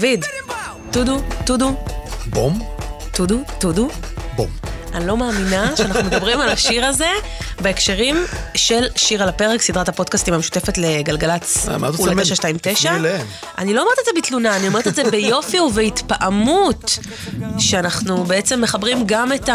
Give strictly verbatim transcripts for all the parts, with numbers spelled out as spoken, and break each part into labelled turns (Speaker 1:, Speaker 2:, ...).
Speaker 1: דוד, טודו, טודו.
Speaker 2: בום?
Speaker 1: טודו, טודו.
Speaker 2: בום.
Speaker 1: אני לא מאמינה שאנחנו מדברים על השיר הזה בהקשרים של שיר על הפרק, סדרת הפודקאסטים המשותפת לגלגלץ ול-תשע שתיים תשע. אני לא אומרת את זה בתלונה, אני אומרת את זה ביופי ובהתפעמות, שאנחנו בעצם מחברים גם את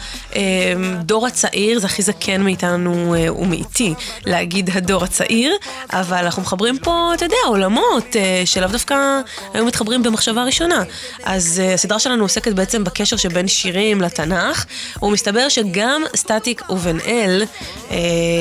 Speaker 1: הדור הצעיר, זה הכי זקן מאיתנו ומאיתי להגיד הדור הצעיר, אבל אנחנו מחברים פה, אתה יודע, עולמות שלאו דווקא היו מתחברים במחשבה הראשונה. אז הסדרה שלנו עוסקת בעצם בקשר שבין שירים לתנ"ך, ומסתבר שגם סטטיק ובן אל, אה,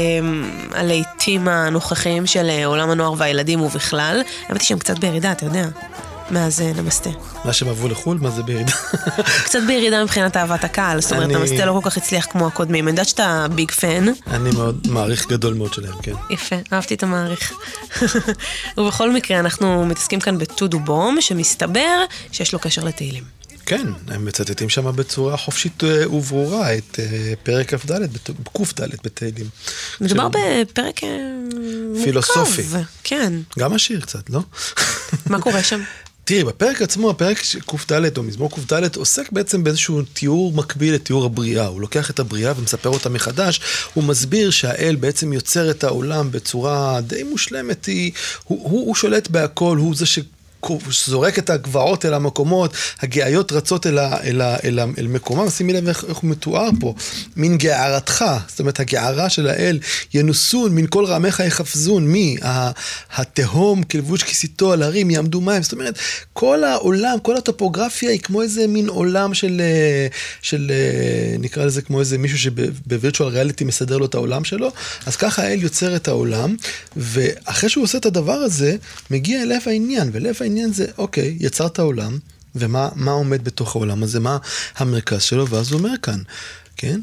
Speaker 1: הלעיתים הנוכחים של עולם הנוער והילדים ובכלל, האמת היא שהם קצת בירידה, אתה יודע, מאז נמסטה.
Speaker 2: מה שהם עברו לחול, מה זה בירידה?
Speaker 1: קצת בירידה מבחינת אהבת הקהל, זאת אומרת, נמסטה לא כל כך הצליח כמו הקודמים. אני יודעת שאתה ביג פן.
Speaker 2: אני מאוד מעריך גדול מאוד שלהם, כן.
Speaker 1: יפה, אהבתי את המעריך. ובכל מקרה, אנחנו מתעסקים כאן בטודו בום, שמסתבר שיש לו קשר לתהילים.
Speaker 2: כן, הם מצטטים שם בצורה חופשית וברורה את פרק כ"ד, ק"ד בתהילים.
Speaker 1: מדובר בפרק
Speaker 2: פילוסופי.
Speaker 1: מורכב, כן.
Speaker 2: גם השיר קצת, לא?
Speaker 1: מה קורה שם?
Speaker 2: תראי, בפרק עצמו, הפרק ק"ד או מזמור ק"ד עוסק בעצם באיזשהו תיאור מקביל לתיאור הבריאה. הוא לוקח את הבריאה ומספר אותה מחדש, הוא מסביר שהאל בעצם יוצר את העולם בצורה די מושלמת, היא, הוא, הוא, הוא שולט בהכל, הוא זה ש... שזורק את הגבעות אל המקומות, הגאיות רצות אל, אל, אל, אל מקומם, שימי לב איך, איך הוא מתואר פה, מן גערתך, זאת אומרת הגערה של האל, ינוסון, מן כל רעמך יחפזון, מי? התהום כלבוש כיסיתו על הרים, יעמדו מים, זאת אומרת, כל העולם, כל הטופוגרפיה היא כמו איזה מין עולם של, של נקרא לזה כמו איזה מישהו שבווירטואל ריאליטי מסדר לו את העולם שלו, אז ככה האל יוצר את העולם, ואחרי שהוא עושה את הדבר הזה, מגיע אליו העניין, ולב העניין זה, אוקיי, יצרת העולם, ומה מה עומד בתוך העולם הזה, מה המרכז שלו, ואז הוא אומר כאן, כן?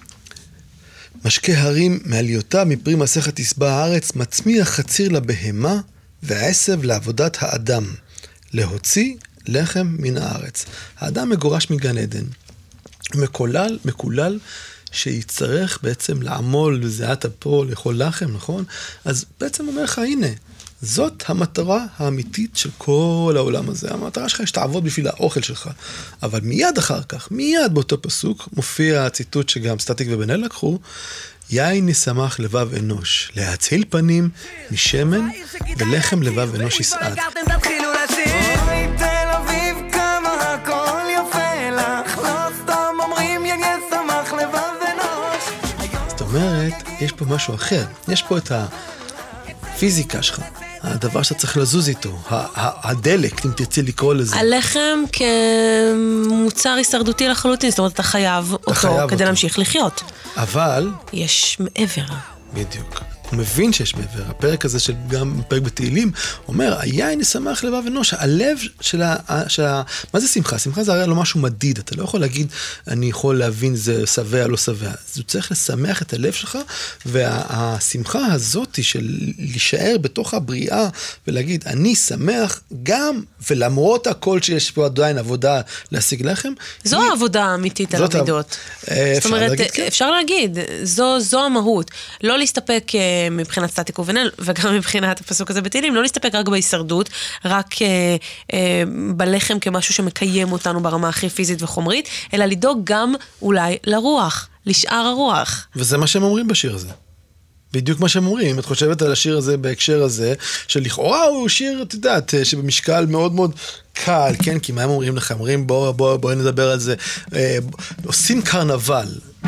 Speaker 2: משקה הרים מעליותה, מפרי מסכת תשבע הארץ, מצמיח חציר לבהמה, ועשב לעבודת האדם, להוציא לחם מן הארץ. האדם מגורש מגן עדן, מקולל, מקולל, שיצטרך בעצם לעמול בזיעת אפו לאכול לחם, נכון? אז בעצם אומר לך, הנה, זאת המטרה האמיתית של כל העולם הזה. המטרה שלך היא שתעבוד בשביל האוכל שלך. אבל מיד אחר כך, מיד באותו פסוק, מופיע הציטוט שגם סטטיק ובן אל לקחו, יין ישמח לבב אנוש, להציל פנים משמן ולחם לבב אנוש יסעד. זאת אומרת, יש פה משהו אחר. יש פה את הפיזיקה שלך. הדבר שאתה צריך לזוז איתו, הדלק, אם תרצי לקרוא לזה.
Speaker 1: הלחם כמוצר הישרדותי לחלוטין, זאת אומרת, אתה חייב אותו כדי להמשיך לחיות.
Speaker 2: אבל...
Speaker 1: יש מעבר.
Speaker 2: בדיוק. הוא מבין שיש מעבר. הפרק הזה של גם פרק בתהילים, אומר, היין ישמח לבב אנוש, הלב של ה... של ה... מה זה שמחה? שמחה זה הרי לא משהו מדיד, אתה לא יכול להגיד, אני יכול להבין זה שבע, לא שבע. אז הוא צריך לשמח את הלב שלך, והשמחה הזאת של להישאר בתוך הבריאה, ולהגיד, אני שמח גם, ולמרות הכל שיש פה עדיין עבודה להשיג לחם.
Speaker 1: זו היא... העבודה האמיתית על המידות. זאת אומרת, אפשר להגיד, זו, זו המהות. לא להסתפק מבחינת סטטיק ובן אל, וגם מבחינת הפסוק הזה בתהילים, לא להסתפק רק בהישרדות, רק אה, אה, בלחם כמשהו שמקיים אותנו ברמה הכי פיזית וחומרית, אלא לדאוג גם אולי לרוח, לשאר הרוח.
Speaker 2: וזה מה שהם אומרים בשיר הזה. בדיוק מה שהם אומרים. אם את חושבת על השיר הזה בהקשר הזה, שלכאורה הוא שיר, את יודעת, שבמשקל מאוד מאוד קל, כן? כי מה הם אומרים לך? אומרים, בוא, בוא, בוא נדבר על זה. אה, עושים קרנבל.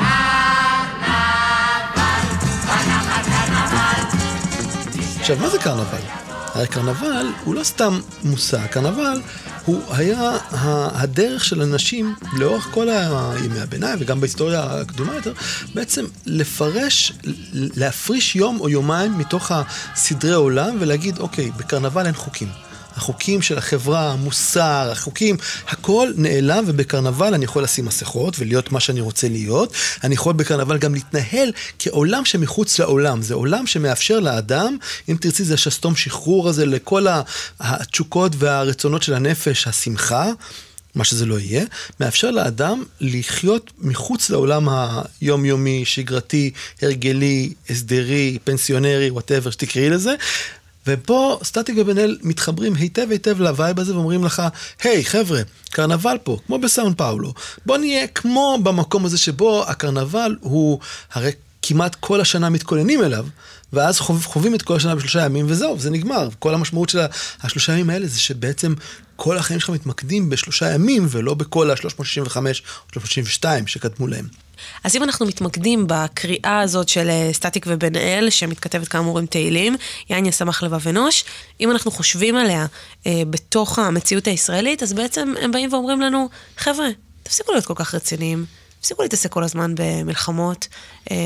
Speaker 2: עכשיו, מה זה קרנבל? הרי קרנבל הוא לא סתם מושג, קרנבל הוא היה הדרך של אנשים לאורך כל הימי הביניים וגם בהיסטוריה הקדומה יותר, בעצם לפרש, להפריש יום או יומיים מתוך הסדרי עולם ולהגיד, אוקיי, בקרנבל אין חוקים. החוקים של החברה, המוסר, החוקים, הכל נעלם, ובקרנבל אני יכול לשים מסכות ולהיות מה שאני רוצה להיות. אני יכול בקרנבל גם להתנהל כעולם שמחוץ לעולם. זה עולם שמאפשר לאדם, אם תרצי זה השסתום שחרור הזה לכל התשוקות והרצונות של הנפש, השמחה, מה שזה לא יהיה, מאפשר לאדם לחיות מחוץ לעולם היומיומי, שגרתי, הרגלי, הסדרי, פנסיונרי, whatever שתקראי לזה, ופה סטטיק ובן אל מתחברים היטב היטב לווייב הזה, ואומרים לך, היי חבר'ה, קרנבל פה, כמו בסאון פאולו, בוא נהיה כמו במקום הזה שבו הקרנבל הוא הרי כמעט כל השנה מתכוננים אליו, ואז חווים את כל השנה בשלושה ימים, וזהו, זה נגמר. כל המשמעות של השלושה ימים האלה זה שבעצם כל החיים שלך מתמקדים בשלושה ימים, ולא בכל ה-שלוש מאות שישים וחמש או שלוש מאות שישים ושתיים שקדמו להם.
Speaker 1: אז אם אנחנו מתמקדים בקריאה הזאת של סטטיק ובן אל, שמתכתבת כאמור עם תהילים, יין ישמח לבב אנוש, אם אנחנו חושבים עליה אה, בתוך המציאות הישראלית, אז בעצם הם באים ואומרים לנו, חבר'ה, תפסיקו להיות כל כך רציניים, תפסיקו להתעסק כל הזמן במלחמות, אה,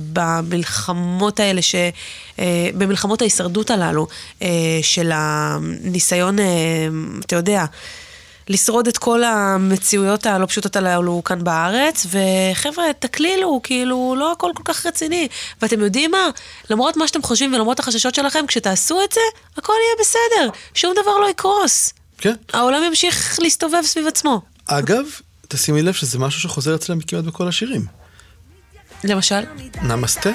Speaker 1: במלחמות האלה, ש, אה, במלחמות ההישרדות הללו, אה, של הניסיון, אה, אתה יודע, לשרוד את כל המציאויות הלא פשוטות הללו כאן בארץ, וחבר'ה, תקלילו, כאילו, לא הכל כל כך רציני. ואתם יודעים מה? למרות מה שאתם חושבים ולמרות החששות שלכם, כשתעשו את זה, הכל יהיה בסדר. שום דבר לא יקרוס.
Speaker 2: כן.
Speaker 1: העולם ימשיך להסתובב סביב עצמו.
Speaker 2: אגב, תשימי לב שזה משהו שחוזר אצלם כמעט בכל השירים.
Speaker 1: למשל?
Speaker 2: נמסטה.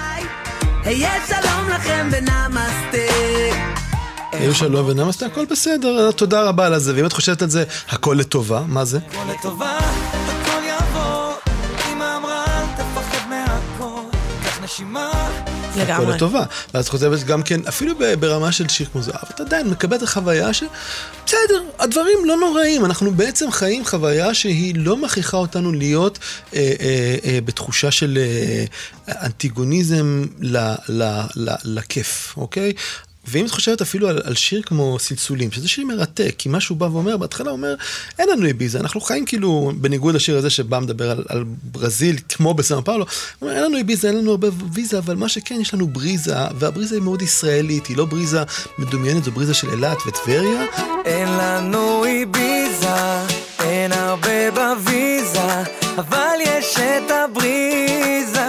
Speaker 3: היה שלום לכם ונמסטה.
Speaker 2: היו שלום ונמסטה, הכל בסדר, תודה רבה על זה, ואם את חושבת על זה, הכל לטובה, מה זה?
Speaker 3: הכל לטובה, הכל יעבור, אמא אמרה, תפחד מהכל, קח נשימה.
Speaker 2: הכל לטובה, ואז חושבת גם כן, אפילו ברמה של שיר כמו זה, אבל אתה עדיין מקבל את החוויה ש... בסדר, הדברים לא נוראים, אנחנו בעצם חיים חוויה שהיא לא מכריחה אותנו להיות אה, אה, אה, בתחושה של אה, אנטיגוניזם ל, ל, ל, לכיף, אוקיי? ואם את חושבת אפילו על, על שיר כמו סלסולים, שזה שיר מרתק, כי מה שהוא בא ואומר, בהתחלה הוא אומר, אין לנו איביזה, אנחנו חיים כאילו, בניגוד לשיר הזה שבא מדבר על, על ברזיל, כמו בסאו פאולו, הוא אומר, אין לנו איביזה, אין לנו הרבה ויזה, אבל מה שכן, יש לנו בריזה, והבריזה היא מאוד ישראלית, היא לא בריזה מדומיינת, זו בריזה של אילת וטבריה.
Speaker 3: אין לנו איביזה, אין הרבה בוויזה, אבל יש את הבריזה.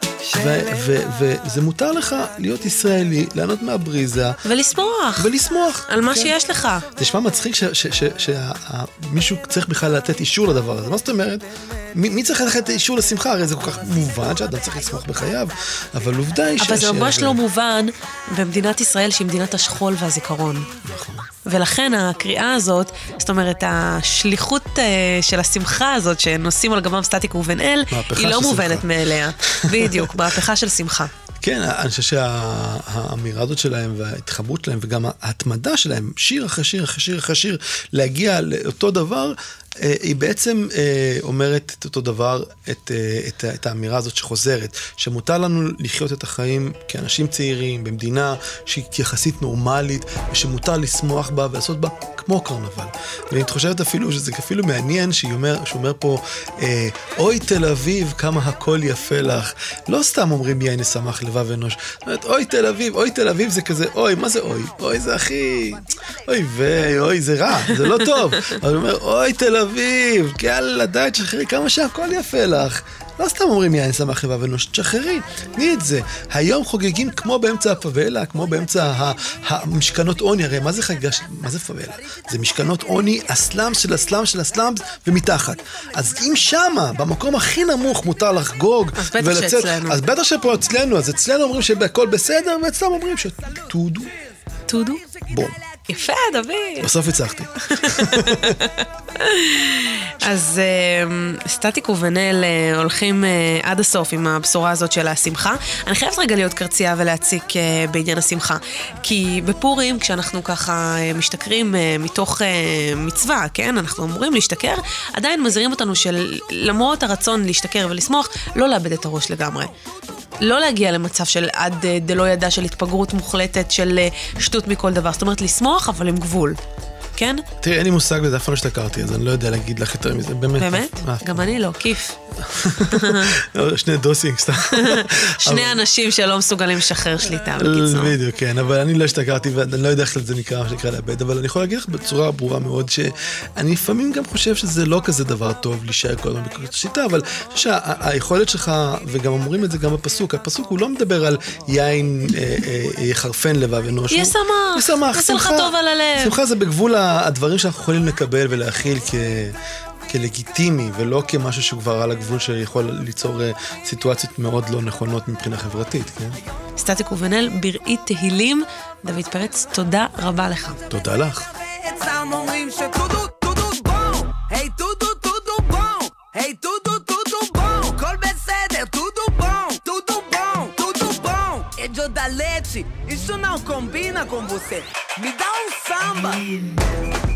Speaker 2: וזה מותר לך להיות ישראלי, לענות מהבריזה.
Speaker 1: ולשמוח.
Speaker 2: ולשמוח.
Speaker 1: על מה שיש לך.
Speaker 2: זה נשמע מצחיק שמישהו צריך בכלל לתת אישור לדבר הזה. מה זאת אומרת? מי צריך לתת אישור לשמחה? הרי זה כל כך מובן שאדם צריך לשמוח בחייו, אבל עובדה היא ש...
Speaker 1: אבל זה ממש לא מובן במדינת ישראל שהיא מדינת השכול והזיכרון.
Speaker 2: נכון.
Speaker 1: ולכן הקריאה הזאת, זאת אומרת, השליחות של השמחה הזאת שנושאים על גבם סטטיק ובן אל, היא לא מובנת מאליה. בדיוק, מהפכה של שמחה.
Speaker 2: כן, אני חושב שהאמירה הזאת שלהם וההתחברות שלהם וגם ההתמדה שלהם, שיר אחרי שיר אחרי שיר אחרי שיר, להגיע לאותו דבר, היא בעצם אומרת את אותו דבר, את, את, את האמירה הזאת שחוזרת, שמותר לנו לחיות את החיים כאנשים צעירים, במדינה שהיא יחסית נורמלית, ושמותר לשמוח בה ולעשות בה כמו קרנבל. ואני חושבת אפילו שזה אפילו מעניין שהוא אומר, שהוא אומר פה, אוי תל אביב, כמה הכל יפה לך. לא סתם אומרים יין ישמח לבב אנוש. זאת אומרת, אוי תל אביב, אוי תל אביב זה כזה, אוי, מה זה אוי? אוי זה הכי, אוי ואוי זה רע, זה לא טוב. אבל הוא אומר, אוי תל אביב, יאללה, די, תשחררי, כמה שהכל יפה לך. לא סתם אומרים יין ישמח לבב אנוש, תשחררי, תני את זה. היום חוגגים כמו באמצע הפאבלה, כמו באמצע המשכנות עוני, הרי מה זה חגיגה, מה זה פאבלה? זה משכנות עוני, הסלאמס של הסלאמס של הסלאמס ומתחת. אז אם שמה, במקום הכי נמוך מותר לחגוג,
Speaker 1: אז בטח ולצאת, שאצלנו.
Speaker 2: אז בטח שפה אצלנו, אז אצלנו אומרים שהכל בסדר, ואצלם אומרים שטודו.
Speaker 1: טודו?
Speaker 2: בום.
Speaker 1: יפה, דוד.
Speaker 2: בסוף הצלחתי.
Speaker 1: אז סטטיק ובן אל הולכים עד הסוף עם הבשורה הזאת של השמחה. אני חייבת רגע להיות קרצייה ולהציק בעניין השמחה. כי בפורים, כשאנחנו ככה משתכרים מתוך מצווה, כן? אנחנו אמורים להשתכר, עדיין מזהירים אותנו שלמרות הרצון להשתכר ולשמוח, לא לאבד את הראש לגמרי. לא להגיע למצב של עד דלא ידע של התפגרות מוחלטת של שטות מכל דבר. זאת אומרת, לשמוח, אבל עם גבול. כן?
Speaker 2: תראי, אין לי מושג בזה, אף לא השתכרתי, אז אני לא יודע להגיד לך יותר מזה. באמת?
Speaker 1: באמת? גם אני לא, כיף.
Speaker 2: שני דוסינג, סתם.
Speaker 1: שני אנשים שלא מסוגלים לשחרר שליטה, בקיצור.
Speaker 2: בדיוק, כן, אבל אני לא השתכרתי, ואני לא יודע איך זה נקרא, מה שנקרא לאבד, אבל אני יכול להגיד לך בצורה ברורה מאוד, שאני לפעמים גם חושב שזה לא כזה דבר טוב להישאר כל הזמן בקורית שליטה, אבל אני חושב שהיכולת שלך, וגם אומרים את זה גם בפסוק, הפסוק הוא לא מדבר על יין חרפן לבב אנוש.
Speaker 1: יהיה שמח.
Speaker 2: יהיה שמח,
Speaker 1: יעשה לך טוב על הלב.
Speaker 2: שמחה זה בגבול הדברים שאנחנו יכולים לקבל ולהכיל כלגיטימי, ולא כמשהו שכבר על הגבול שיכול ליצור סיטואציות מאוד לא נכונות מבחינה חברתית, כן?
Speaker 1: סטטיק ובן-אל, בראי תהילים. דוד פרץ, תודה רבה לך.
Speaker 2: תודה לך.
Speaker 3: Isso não combina com você. Me dá um samba.